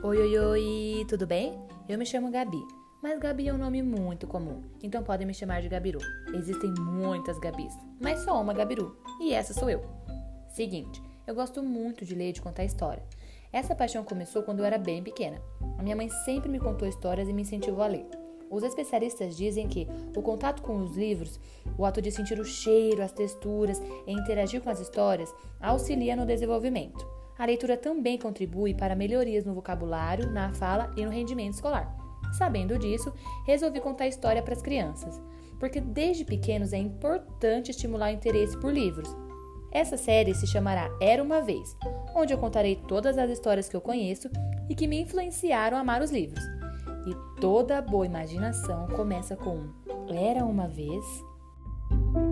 Oi, oi, oi, tudo bem? Eu me chamo Gabi, mas Gabi é um nome muito comum, então podem me chamar de Gabiru. Existem muitas Gabis, mas só uma Gabiru, e essa sou eu. Seguinte, eu gosto muito de ler e de contar história. Essa paixão começou quando eu era bem pequena. A minha mãe sempre me contou histórias e me incentivou a ler. Os especialistas dizem que o contato com os livros, o ato de sentir o cheiro, as texturas e interagir com as histórias, auxilia no desenvolvimento. A leitura também contribui para melhorias no vocabulário, na fala e no rendimento escolar. Sabendo disso, resolvi contar história para as crianças, porque desde pequenos é importante estimular o interesse por livros. Essa série se chamará Era Uma Vez, onde eu contarei todas as histórias que eu conheço e que me influenciaram a amar os livros. E toda boa imaginação começa com Era uma vez.